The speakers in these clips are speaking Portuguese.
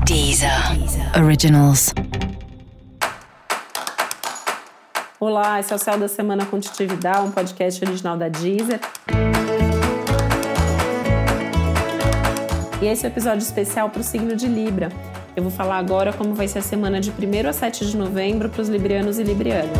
Deezer Originals. Olá, esse é o Céu da Semana com Titi Vidal, um podcast original da Deezer. E esse é o episódio especial para o signo de Libra. Eu vou falar agora como vai ser a semana de 1º a 7 de novembro para os librianos e librianas.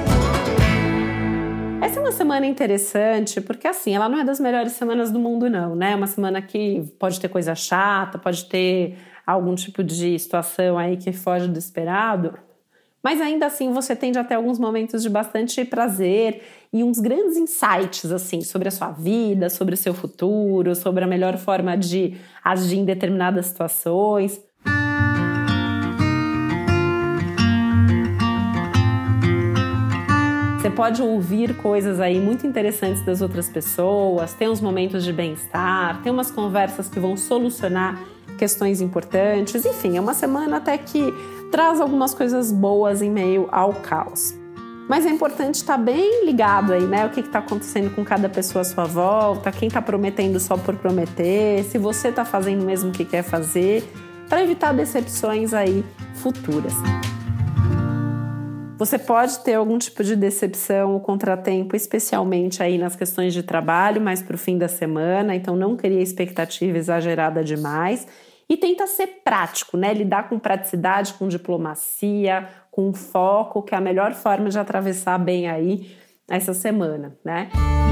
Essa é uma semana interessante porque, assim, ela não é das melhores semanas do mundo, não, né? É uma semana que pode ter coisa chata, pode ter algum tipo de situação aí que foge do esperado, mas ainda assim você tende a ter alguns momentos de bastante prazer e uns grandes insights, assim, sobre a sua vida, sobre o seu futuro, sobre a melhor forma de agir em determinadas situações. Você pode ouvir coisas aí muito interessantes das outras pessoas, ter uns momentos de bem-estar, ter umas conversas que vão solucionar questões importantes. Enfim, é uma semana até que traz algumas coisas boas em meio ao caos. Mas é importante estar bem ligado aí, né? O que está acontecendo com cada pessoa à sua volta, quem está prometendo só por prometer, se você está fazendo mesmo o que quer fazer, para evitar decepções aí futuras. Você pode ter algum tipo de decepção ou contratempo, especialmente aí nas questões de trabalho, mais para o fim da semana, então não cria expectativa exagerada demais. E tenta ser prático, né? Lidar com praticidade, com diplomacia, com foco, que é a melhor forma de atravessar bem aí essa semana, né?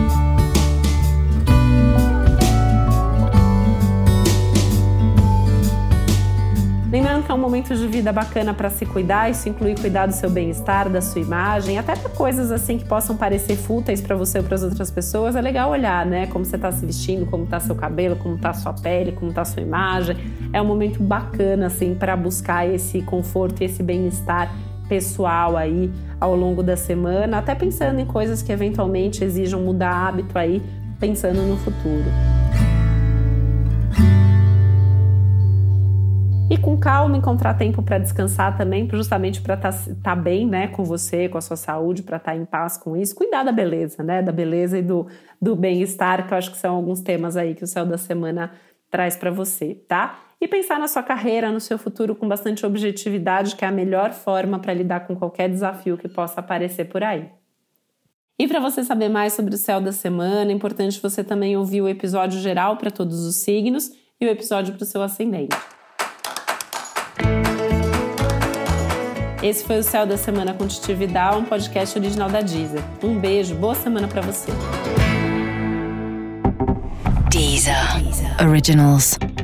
Lembrando que é um momento de vida bacana para se cuidar, isso inclui cuidar do seu bem-estar, da sua imagem, até para coisas assim que possam parecer fúteis para você ou para as outras pessoas, é legal olhar, né? Como você está se vestindo, como está seu cabelo, como está sua pele, como está sua imagem. É um momento bacana, assim, para buscar esse conforto e esse bem-estar pessoal aí ao longo da semana, até pensando em coisas que eventualmente exijam mudar hábito aí, pensando no futuro. E com calma, encontrar tempo para descansar também, justamente para tá bem, né, com você, com a sua saúde, para estar em paz com isso. Cuidar da beleza, né, da beleza e do bem-estar, que eu acho que são alguns temas aí que o Céu da Semana traz para você, tá? E pensar na sua carreira, no seu futuro com bastante objetividade, que é a melhor forma para lidar com qualquer desafio que possa aparecer por aí. E para você saber mais sobre o Céu da Semana, é importante você também ouvir o episódio geral para todos os signos e o episódio para o seu ascendente. Esse foi o Céu da Semana com Titi Vidal, um podcast original da Deezer. Um beijo, boa semana pra você. Deezer Originals.